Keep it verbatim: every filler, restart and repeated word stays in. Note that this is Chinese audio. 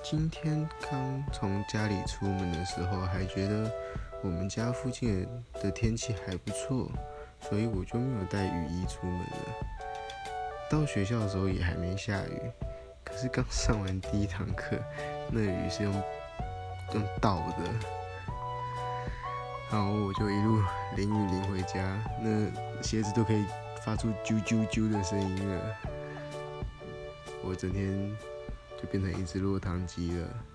今天刚从家里出门的时候，还觉得我们家附近的天气还不错，所以我就没有带雨衣出门了。到学校的时候也还没下雨，可是刚上完第一堂课，那雨是用用倒的，然后我就一路淋雨淋回家，那鞋子都可以发出啾啾啾的声音了。我整天就变成一只落汤鸡了。